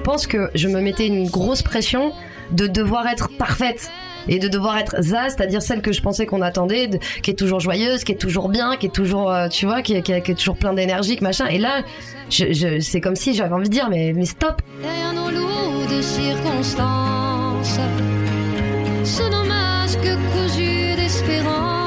pense que je me mettais une grosse pression de devoir être parfaite. Et de devoir être Zaz, c'est-à-dire celle que je pensais qu'on attendait, qui est toujours joyeuse, qui est toujours bien, qui est toujours, tu vois, qui est toujours plein d'énergie, machin. Et là, c'est comme si j'avais envie de dire, mais stop. Derrière nos lots de circonstances, ce dommage que cousu d'espérance.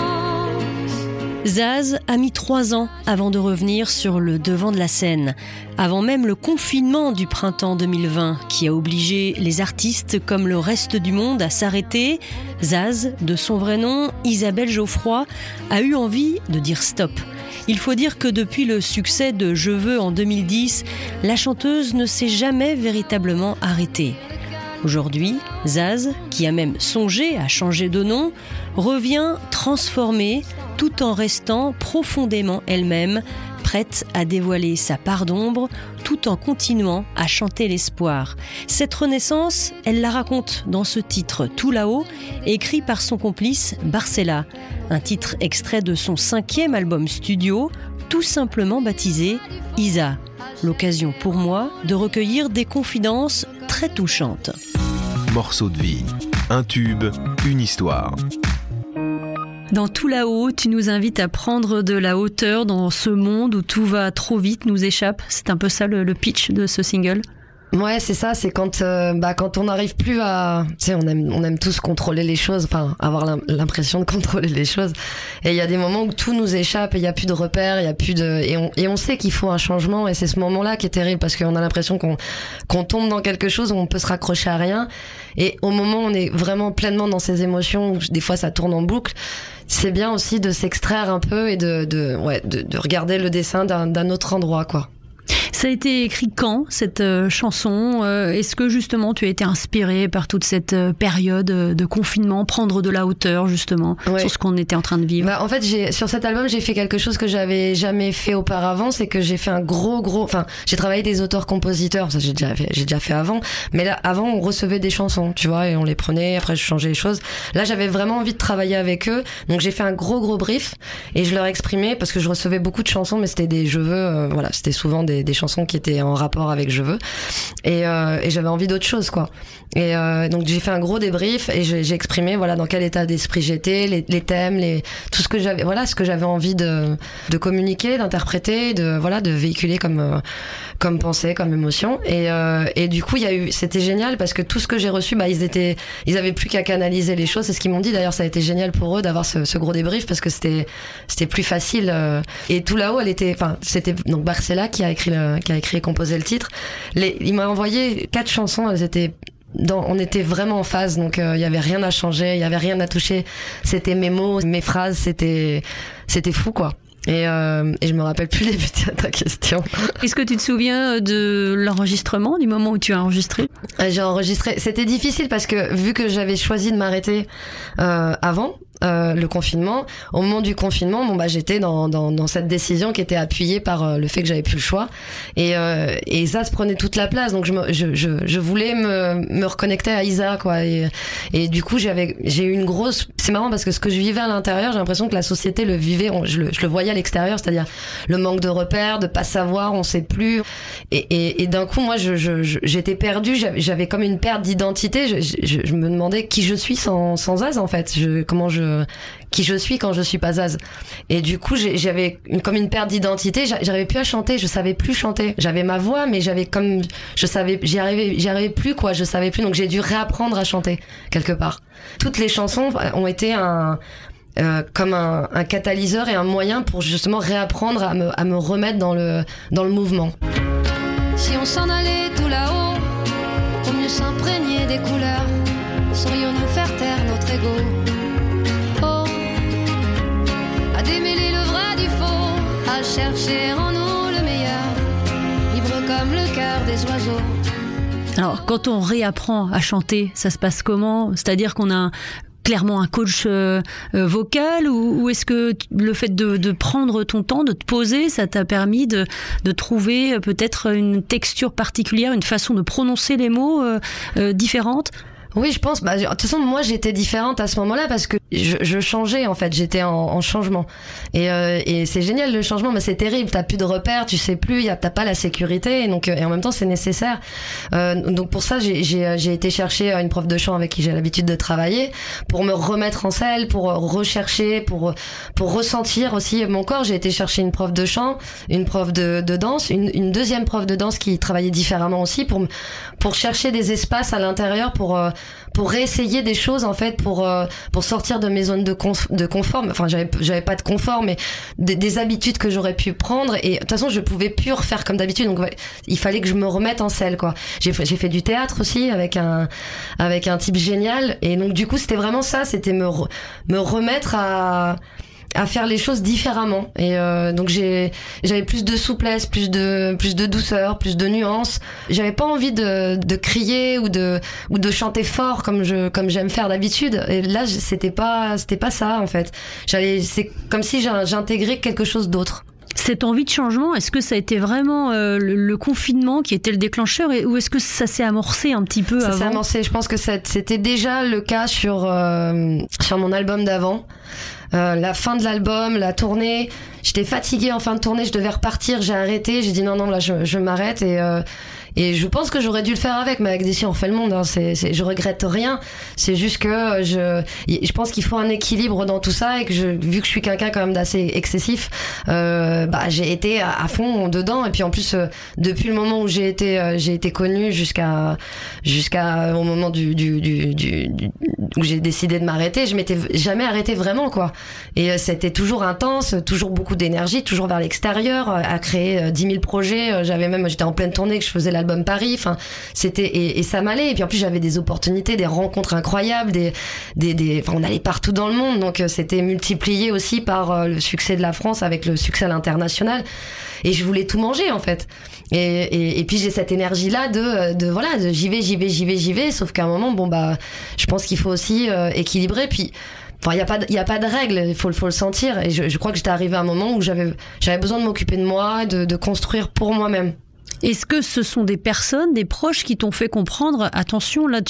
Zaz a mis 3 ans avant de revenir sur le devant de la scène, avant même le confinement du printemps 2020 qui a obligé les artistes comme le reste du monde à s'arrêter. Zaz, de son vrai nom, Isabelle Geoffroy, a eu envie de dire stop. Il faut dire que depuis le succès de Je veux en 2010, la chanteuse ne s'est jamais véritablement arrêtée. Aujourd'hui, Zaz, qui a même songé à changer de nom, revient transformée tout en restant profondément elle-même, prête à dévoiler sa part d'ombre tout en continuant à chanter l'espoir. Cette renaissance, elle la raconte dans ce titre Tout là-haut, écrit par son complice Barcella, un titre extrait de son 5e album studio, tout simplement baptisé Isa. L'occasion pour moi de recueillir des confidences très touchantes. Morceau de vie, un tube, une histoire. Dans Tout là-haut, tu nous invites à prendre de la hauteur dans ce monde où tout va trop vite, nous échappe. C'est un peu ça le pitch de ce single. Ouais, c'est ça, c'est quand on n'arrive plus à, tu sais, on aime tous contrôler les choses, enfin avoir l'impression de contrôler les choses, et il y a des moments où tout nous échappe, et il y a plus de repères, il y a plus de, et on sait qu'il faut un changement, et c'est ce moment-là qui est terrible parce qu'on a l'impression qu'on tombe dans quelque chose où on peut se raccrocher à rien, et au moment où on est vraiment pleinement dans ces émotions, où des fois ça tourne en boucle, c'est bien aussi de s'extraire un peu et de regarder le dessin d'un autre endroit, quoi. Ça a été écrit quand, cette chanson ? Est-ce que justement tu as été inspiré par toute cette période de confinement, prendre de la hauteur justement, ouais, sur ce qu'on était en train de vivre ? Bah, en fait, sur cet album, j'ai fait quelque chose que j'avais jamais fait auparavant, c'est que j'ai fait un enfin, j'ai travaillé des auteurs-compositeurs, ça j'ai déjà fait avant, mais là, avant, on recevait des chansons, tu vois, et on les prenait, après je changeais les choses. Là, j'avais vraiment envie de travailler avec eux, donc j'ai fait un gros brief, et je leur exprimais, parce que je recevais beaucoup de chansons, mais c'était des je veux, voilà, c'était souvent des chansons qui étaient en rapport avec Je veux, et j'avais envie d'autre chose, quoi. Et donc j'ai fait un gros débrief et j'ai exprimé, voilà, dans quel état d'esprit j'étais, les thèmes, tout ce que j'avais, voilà, ce que j'avais envie de communiquer, d'interpréter, de véhiculer comme pensée, comme émotion. Et du coup, c'était génial parce que tout ce que j'ai reçu, bah ils avaient plus qu'à canaliser les choses. C'est ce qu'ils m'ont dit. D'ailleurs, ça a été génial pour eux d'avoir ce gros débrief parce que c'était plus facile. Et Tout là-haut, c'était donc Barcella qui a écrit et composé le titre. Il m'a envoyé 4 chansons. On était vraiment en phase, donc il y avait rien à changer, il y avait rien à toucher. C'était mes mots, mes phrases, c'était fou, quoi. Et je me rappelle plus les buts de ta question. Est-ce que tu te souviens de l'enregistrement, du moment où tu as enregistré ? J'ai enregistré. C'était difficile parce que vu que j'avais choisi de m'arrêter avant le confinement, au moment du confinement, j'étais dans cette décision qui était appuyée par le fait que j'avais plus le choix, et ça se prenait toute la place. Donc je voulais me reconnecter à Isa, quoi. Et du coup j'ai eu une grosse. C'est marrant parce que ce que je vivais à l'intérieur, j'ai l'impression que la société le vivait. Je le voyais à l'extérieur, c'est-à-dire le manque de repères, de pas savoir, on sait plus. Et d'un coup, moi, j'étais perdue. J'avais comme une perte d'identité. Je me demandais qui je suis sans Zaz, en fait. Qui je suis quand je suis pas Zaz. Et du coup, j'avais comme une perte d'identité. J'arrivais plus à chanter. Je savais plus chanter. J'avais ma voix, mais j'y arrivais plus, quoi. Je savais plus. Donc j'ai dû réapprendre à chanter quelque part. Toutes les chansons ont été comme un catalyseur et un moyen pour justement réapprendre à me remettre dans le mouvement. Si on s'en allait tout là-haut, pour mieux s'imprégner des couleurs, saurions-nous faire taire notre ego? Oh, à démêler le vrai du faux, à chercher en nous le meilleur, libre comme le cœur des oiseaux. Alors, quand on réapprend à chanter, ça se passe comment ? C'est-à-dire qu'on a clairement un coach vocal, ou est-ce que le fait de prendre ton temps, de te poser, ça t'a permis de trouver peut-être une texture particulière, une façon de prononcer les mots différente ? Oui, je pense. De toute façon, moi, j'étais différente à ce moment-là parce que je changeais, en fait. J'étais en changement. Et c'est génial, le changement, mais c'est terrible. T'as plus de repères, tu sais plus, t'as pas la sécurité. Et en même temps, c'est nécessaire. Donc, pour ça, j'ai été chercher une prof de chant avec qui j'ai l'habitude de travailler pour me remettre en selle, pour rechercher, pour ressentir aussi mon corps. J'ai été chercher une prof de chant, une prof de danse, une deuxième prof de danse qui travaillait différemment aussi pour chercher des espaces à l'intérieur pour réessayer des choses, en fait, pour sortir de mes zones de confort. Enfin, j'avais pas de confort, mais des habitudes que j'aurais pu prendre. Et de toute façon, je pouvais plus refaire comme d'habitude. Donc, il fallait que je me remette en selle, quoi. J'ai fait du théâtre aussi avec un type génial. Et donc, du coup, c'était vraiment ça. C'était me remettre à faire les choses différemment. Et donc j'avais plus de souplesse, plus de douceur, plus de nuances. J'avais pas envie de crier ou de chanter fort comme j'aime faire d'habitude. Et là, c'était pas ça, en fait. C'est comme si j'intégrais quelque chose d'autre. Cette envie de changement, est-ce que ça a été vraiment le confinement qui était le déclencheur, ou est-ce que ça s'est amorcé un petit peu avant ? Ça s'est amorcé. Je pense que c'était déjà le cas sur mon album d'avant. La fin de l'album, la tournée, j'étais fatiguée en fin de tournée, je devais repartir, j'ai arrêté, j'ai dit non, là je m'arrête, et je pense que j'aurais dû le faire mais avec D'ici on refait le monde, hein, je regrette rien, c'est juste que je pense qu'il faut un équilibre dans tout ça, et que vu que je suis quelqu'un quand même d'assez excessif, j'ai été à fond dedans, et puis en plus depuis le moment où j'ai été connue jusqu'à au moment où j'ai décidé de m'arrêter, je m'étais jamais arrêtée vraiment, quoi. Et c'était toujours intense, toujours beaucoup d'énergie, toujours vers l'extérieur, à créer 10 000 projets. J'étais en pleine tournée, que je faisais l'album Paris. Enfin, et ça m'allait. Et puis en plus, j'avais des opportunités, des rencontres incroyables, on allait partout dans le monde. Donc c'était multiplié aussi par le succès de la France avec le succès à l'international. Et je voulais tout manger, en fait. Et puis j'ai cette énergie là de j'y vais, sauf qu'à un moment je pense qu'il faut aussi équilibrer. Puis il y a pas de règle, il faut le sentir, et je crois que j'étais arrivée à un moment où j'avais besoin de m'occuper de moi, de construire pour moi-même. Est-ce que ce sont des personnes, des proches qui t'ont fait comprendre, attention, là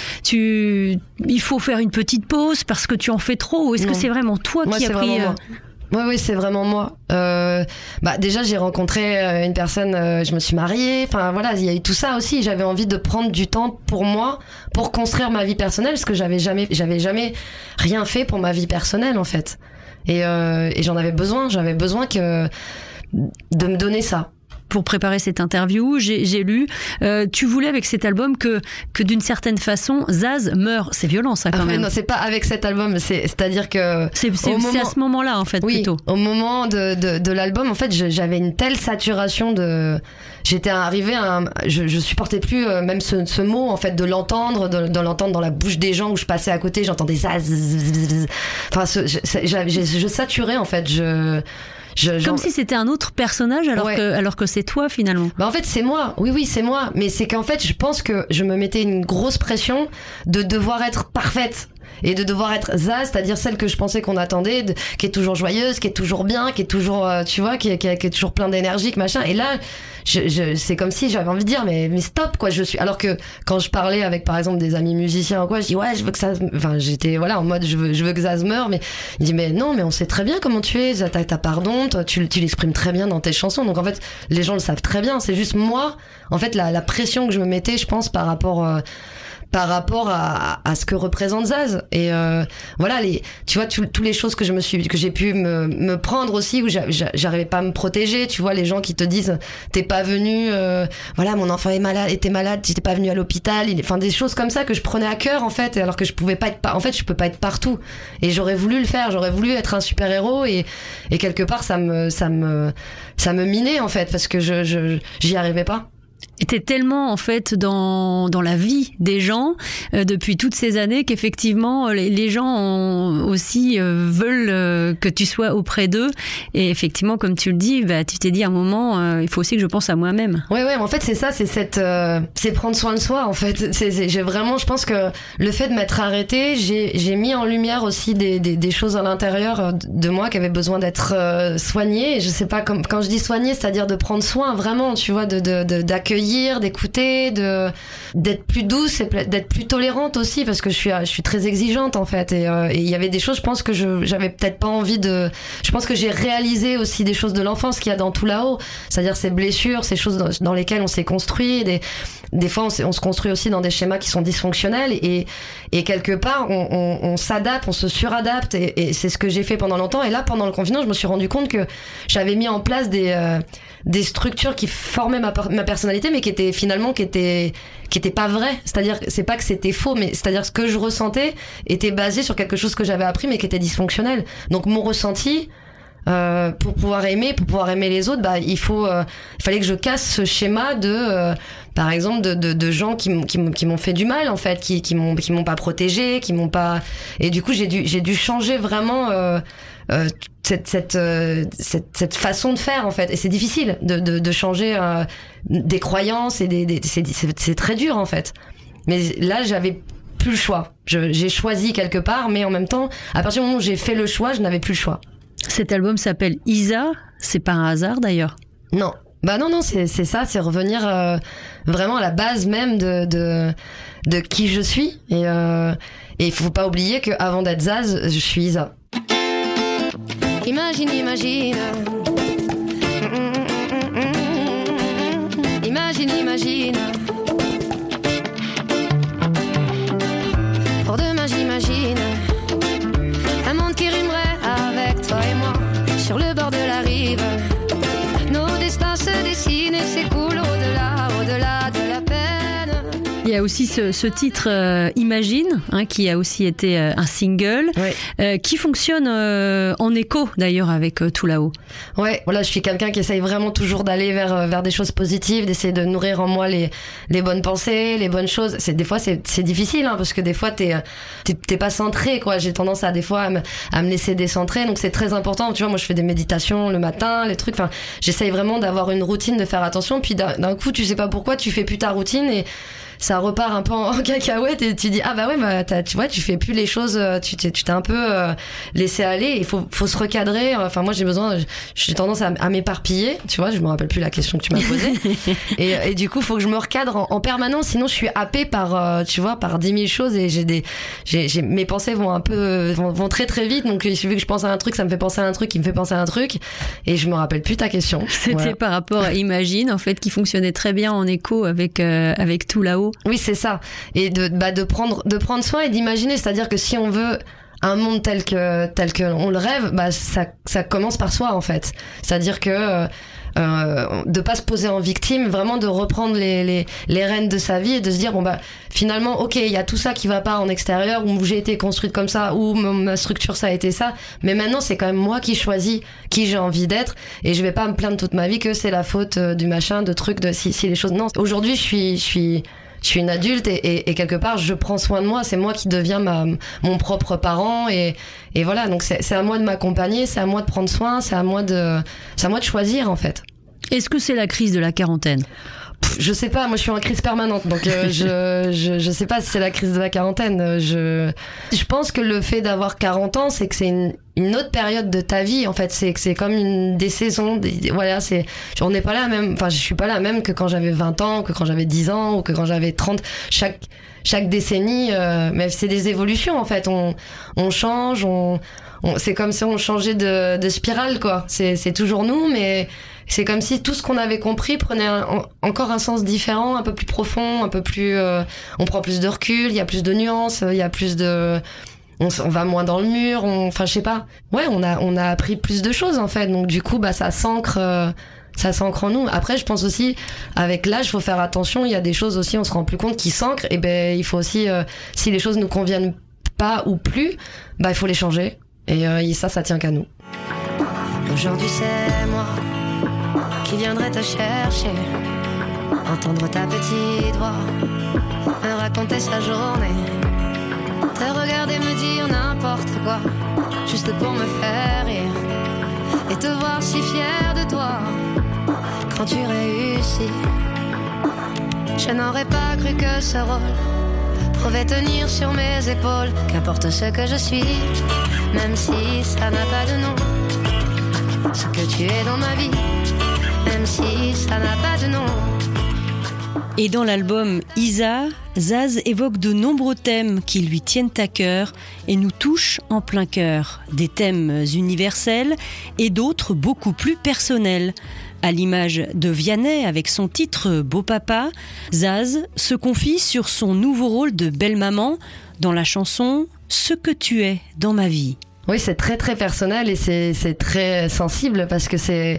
il faut faire une petite pause parce que tu en fais trop, ou est-ce que c'est vraiment toi qui as pris Oui, c'est vraiment moi. Déjà, j'ai rencontré une personne, je me suis mariée. Enfin, voilà, il y a eu tout ça aussi. J'avais envie de prendre du temps pour moi, pour construire ma vie personnelle, parce que j'avais jamais rien fait pour ma vie personnelle, en fait. Et j'en avais besoin. J'avais besoin de me donner ça. Pour préparer cette interview, j'ai lu, tu voulais avec cet album que d'une certaine façon, Zaz meure. C'est violent, ça, quand même. Non, c'est pas avec cet album, c'est-à-dire que... C'est à ce moment-là, en fait, plutôt. Au moment de l'album, en fait, j'avais une telle saturation j'étais arrivée je supportais plus même ce mot, en fait, de l'entendre dans la bouche des gens où je passais à côté, j'entendais Zaz. Enfin, je saturais, en fait, comme si c'était un autre personnage alors que c'est toi, finalement. En fait, c'est moi. Oui, c'est moi. Mais c'est qu'en fait, je pense que je me mettais une grosse pression de devoir être parfaite. Et de devoir être Zaz, c'est-à-dire celle que je pensais qu'on attendait, qui est toujours joyeuse, qui est toujours bien, qui est toujours, tu vois, qui est toujours plein d'énergie, machin. Et là, c'est comme si j'avais envie de dire, mais stop, quoi, alors que quand je parlais avec, par exemple, des amis musiciens ou quoi, je dis, ouais, je veux que ça, enfin, j'étais, voilà, en mode, je veux que Zaz meure, mais il dit, mais non, mais on sait très bien comment tu es, t'as pardon, tu l'exprimes très bien dans tes chansons. Donc, en fait, les gens le savent très bien. C'est juste moi, en fait, la pression que je me mettais, je pense, par rapport à ce que représente Zaz. Et voilà, tu vois, toutes les choses que j'ai pu me prendre aussi, où j'arrivais pas à me protéger, tu vois, les gens qui te disent t'es pas venu, voilà, mon enfant était malade, t'es pas venu à l'hôpital, enfin des choses comme ça que je prenais à cœur, en fait, alors que je pouvais pas en fait, je peux pas être partout, et j'aurais voulu le faire, j'aurais voulu être un super-héros, et quelque part ça me minait, en fait, parce que j'y arrivais pas. Et t'es tellement, en fait, dans la vie des gens depuis toutes ces années qu'effectivement les gens aussi veulent que tu sois auprès d'eux. Et effectivement, comme tu le dis, tu t'es dit à un moment, il faut aussi que je pense à moi-même. Ouais, en fait c'est ça, c'est prendre soin de soi, en fait. J'ai vraiment, je pense que le fait de m'être arrêtée, j'ai mis en lumière aussi des choses à l'intérieur de moi qui avaient besoin d'être soignées. Et je sais pas, quand je dis soignées, c'est-à-dire de prendre soin vraiment, tu vois, d'accueillir d'accueillir, d'écouter, d'être plus douce et d'être plus tolérante aussi, parce que je suis très exigeante en fait, et il y avait des choses, je pense que j'avais peut-être pas envie de. Je pense que j'ai réalisé aussi des choses de l'enfance qu'il y a dans tout là-haut, c'est-à-dire ces blessures, ces choses dans lesquelles on s'est construit, des fois on se construit aussi dans des schémas qui sont dysfonctionnels, et quelque part on s'adapte, on se suradapte, et c'est ce que j'ai fait pendant longtemps. Et là, pendant le confinement, je me suis rendu compte que j'avais mis en place des structures qui formaient ma personnalité, mais qui étaient pas vraies. C'est-à-dire, c'est pas que c'était faux, mais c'est-à-dire ce que je ressentais était basé sur quelque chose que j'avais appris, mais qui était dysfonctionnel. Donc mon ressenti, pour pouvoir aimer les autres, il fallait que je casse ce schéma par exemple de gens qui m'ont fait du mal en fait, qui m'ont pas protégé, qui m'ont pas. Et du coup j'ai dû changer vraiment cette façon de faire en fait. Et c'est difficile de changer des croyances, et c'est très dur en fait. Mais là j'avais plus le choix. J'ai choisi quelque part, mais en même temps, à partir du moment où j'ai fait le choix, je n'avais plus le choix. Cet album s'appelle Isa, c'est pas un hasard d'ailleurs. Non. Non, c'est ça, c'est revenir vraiment à la base même de qui je suis. Et il faut pas oublier qu'avant d'être Zaz, je suis Isa. Imagine. Imagine. Pour demain, j'imagine un monde qui rimerait avec toi et moi sur le bord de la rive. Nos destins se dessinent et s'écoulent au-delà de la peine. Il y a aussi ce titre Imagine, qui a aussi été un single, qui fonctionne en écho d'ailleurs avec Tout là-haut. Ouais, voilà, je suis quelqu'un qui essaye vraiment toujours d'aller vers des choses positives, d'essayer de nourrir en moi les bonnes pensées, les bonnes choses. Des fois c'est difficile, parce que des fois t'es pas centré, quoi. J'ai tendance des fois à me laisser décentrer, donc c'est très important. Tu vois, moi je fais des méditations le matin, les trucs. Enfin, j'essaye vraiment d'avoir une routine, de faire attention. Puis d'un coup, tu sais pas pourquoi, tu fais plus ta routine et ça repart un peu en cacahuète, et tu dis tu vois, tu fais plus les choses, tu t'es un peu laissé aller. Il faut se recadrer. Enfin, moi j'ai tendance à m'éparpiller, tu vois. Je me rappelle plus la question que tu m'as posée. et du coup, faut que je me recadre en permanence, sinon je suis happée par 10 000 choses, et mes pensées vont très très vite. Donc il suffit que je pense à un truc, ça me fait penser à un truc qui me fait penser à un truc, et je me rappelle plus ta question. C'était par rapport à Imagine, en fait, qui fonctionnait très bien en écho avec Tout là-haut. Oui, c'est ça. Et de prendre soin et d'imaginer, c'est-à-dire que si on veut un monde tel que on le rêve, ça commence par soi en fait. C'est-à-dire que de pas se poser en victime, vraiment de reprendre les rênes de sa vie, et de se dire finalement ok, il y a tout ça qui va pas en extérieur, où j'ai été construite comme ça, où ma structure ça a été ça, mais maintenant c'est quand même moi qui choisis qui j'ai envie d'être, et je vais pas me plaindre toute ma vie que c'est la faute du machin, de trucs, de si les choses. Non, aujourd'hui je suis une adulte, et quelque part je prends soin de moi, c'est moi qui deviens mon propre parent, et voilà, donc c'est à moi de m'accompagner, c'est à moi de prendre soin, c'est à moi de choisir en fait. Est-ce que c'est la crise de la quarantaine ? Je sais pas, moi je suis en crise permanente, donc je sais pas si c'est la crise de la quarantaine. Je pense que le fait d'avoir 40 ans, c'est que c'est une autre période de ta vie en fait, c'est que c'est comme des saisons, voilà, on n'est pas là même, enfin je suis pas là même que quand j'avais 20 ans, que quand j'avais 10 ans, ou que quand j'avais 30. Chaque décennie, mais c'est des évolutions en fait, on change, c'est comme si on changeait de spirale, quoi. C'est toujours nous, mais c'est comme si tout ce qu'on avait compris prenait encore un sens différent, un peu plus profond, un peu plus. On prend plus de recul, il y a plus de nuances, il y a plus de. On va moins dans le mur, enfin je sais pas. Ouais, on a appris plus de choses en fait, donc du coup ça s'ancre. Ça s'ancre en nous. Après, je pense aussi, avec l'âge, il faut faire attention. Il y a des choses aussi, on se rend plus compte, qui s'ancrent. Et il faut aussi, si les choses ne conviennent pas ou plus, il faut les changer. Et ça tient qu'à nous. Aujourd'hui, c'est moi qui viendrai te chercher, entendre ta petite voix, me raconter sa journée, te regarder me dire n'importe quoi, juste pour me faire rire, et te voir si fière de toi. Quand tu réussis, je n'aurais pas cru que ce rôle pouvait tenir sur mes épaules. Qu'importe ce que je suis, même si ça n'a pas de nom, ce que tu es dans ma vie, même si ça n'a pas de nom. Et dans l'album Isa, Zaz évoque de nombreux thèmes qui lui tiennent à cœur et nous touchent en plein cœur. Des thèmes universels et d'autres beaucoup plus personnels. À l'image de Vianney avec son titre Beau Papa, Zaz se confie sur son nouveau rôle de belle-maman dans la chanson Ce que tu es dans ma vie. Oui, c'est très très personnel et c'est très sensible parce que c'est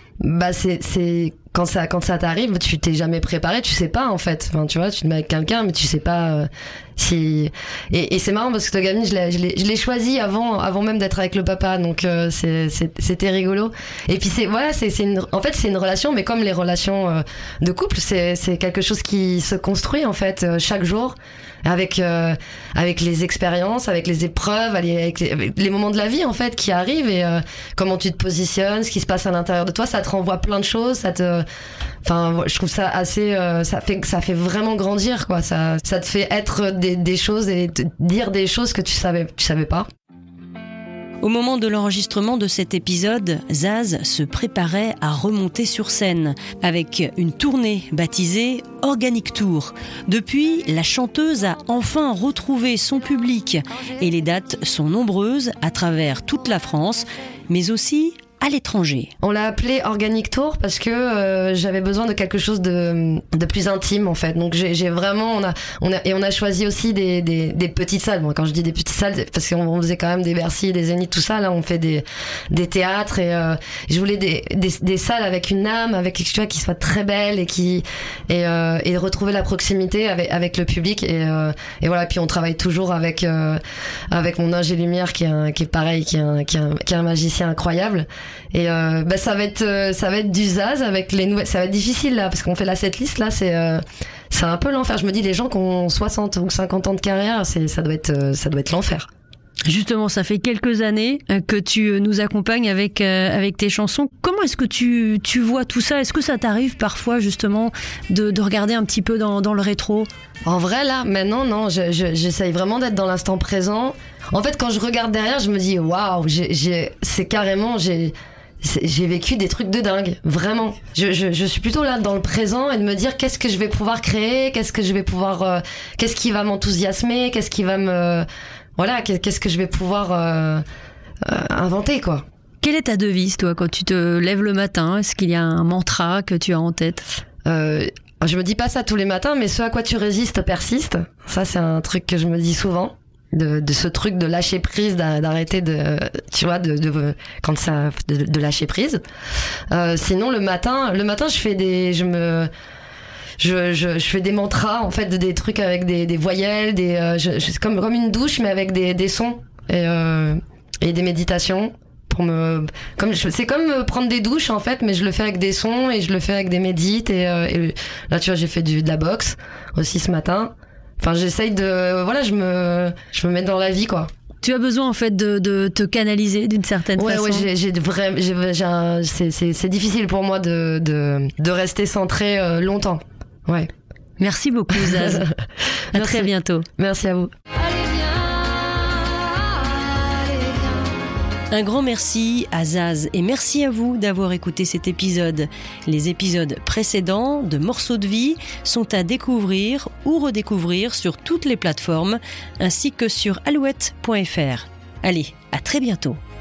quand ça t'arrive, tu t'es jamais préparé, tu sais pas en fait. Enfin, tu vois, tu te mets avec quelqu'un, mais tu sais pas si. Et c'est marrant parce que cette gamine, je l'ai choisie avant même d'être avec le papa, donc c'était rigolo. Et puis en fait c'est une relation, mais comme les relations de couple, c'est quelque chose qui se construit en fait chaque jour. Avec les expériences, avec les épreuves, avec les moments de la vie en fait qui arrivent et comment tu te positionnes, ce qui se passe à l'intérieur de toi, ça te renvoie plein de choses, je trouve ça assez ça fait vraiment grandir quoi, ça te fait être des choses et dire des choses que tu savais pas. Au moment de l'enregistrement de cet épisode, Zaz se préparait à remonter sur scène avec une tournée baptisée Organic Tour. Depuis, la chanteuse a enfin retrouvé son public et les dates sont nombreuses à travers toute la France, mais aussi à l'étranger. On l'a appelé Organic Tour parce que j'avais besoin de quelque chose de plus intime en fait. Donc j'ai vraiment on a choisi aussi des petites salles. Bon, quand je dis des petites salles, parce qu'on faisait quand même des Bercy, des Zénith, tout ça. Là, on fait des théâtres et je voulais des salles avec une âme, avec quelque chose qui soit très belle et retrouver la proximité avec le public et voilà. Puis on travaille toujours avec mon ingé lumière qui est pareil, qui est un magicien incroyable. Et ça va être du Zaz avec les nouvelles. Ça va être difficile là parce qu'on fait la setlist là, c'est un peu l'enfer. Je me dis les gens qui ont 60 ou 50 ans de carrière, ça doit être l'enfer. Justement, ça fait quelques années que tu nous accompagnes avec tes chansons. Comment est-ce que tu vois tout ça ? Est-ce que ça t'arrive parfois justement de regarder un petit peu dans le rétro ? En vrai là, maintenant non, j'essaye vraiment d'être dans l'instant présent. En fait, quand je regarde derrière, je me dis waouh, c'est carrément j'ai vécu des trucs de dingue, vraiment. Je suis plutôt là dans le présent et de me dire qu'est-ce que je vais pouvoir créer, qu'est-ce qui va m'enthousiasmer, qu'est-ce qui va qu'est-ce que je vais pouvoir inventer quoi. Quelle est ta devise toi quand tu te lèves le matin ? Est-ce qu'il y a un mantra que tu as en tête ? Je me dis pas ça tous les matins, mais ce à quoi tu résistes persiste. Ça c'est un truc que je me dis souvent. De ce truc de lâcher prise, d'arrêter de lâcher prise. Sinon le matin je fais des mantras en fait, des trucs avec des voyelles, c'est comme une douche mais avec des sons et des méditations c'est comme prendre des douches en fait, mais je le fais avec des sons et je le fais avec des médites et là tu vois j'ai fait de la boxe aussi ce matin. Enfin, j'essaye je me mets dans la vie, quoi. Tu as besoin, en fait, de te canaliser d'une certaine façon. Ouais, c'est difficile pour moi de rester centré longtemps. Ouais. Merci beaucoup, Zaz. À très bientôt. Merci à vous. Un grand merci à Zaz et merci à vous d'avoir écouté cet épisode. Les épisodes précédents de Morceaux de vie sont à découvrir ou redécouvrir sur toutes les plateformes ainsi que sur alouette.fr. Allez, à très bientôt.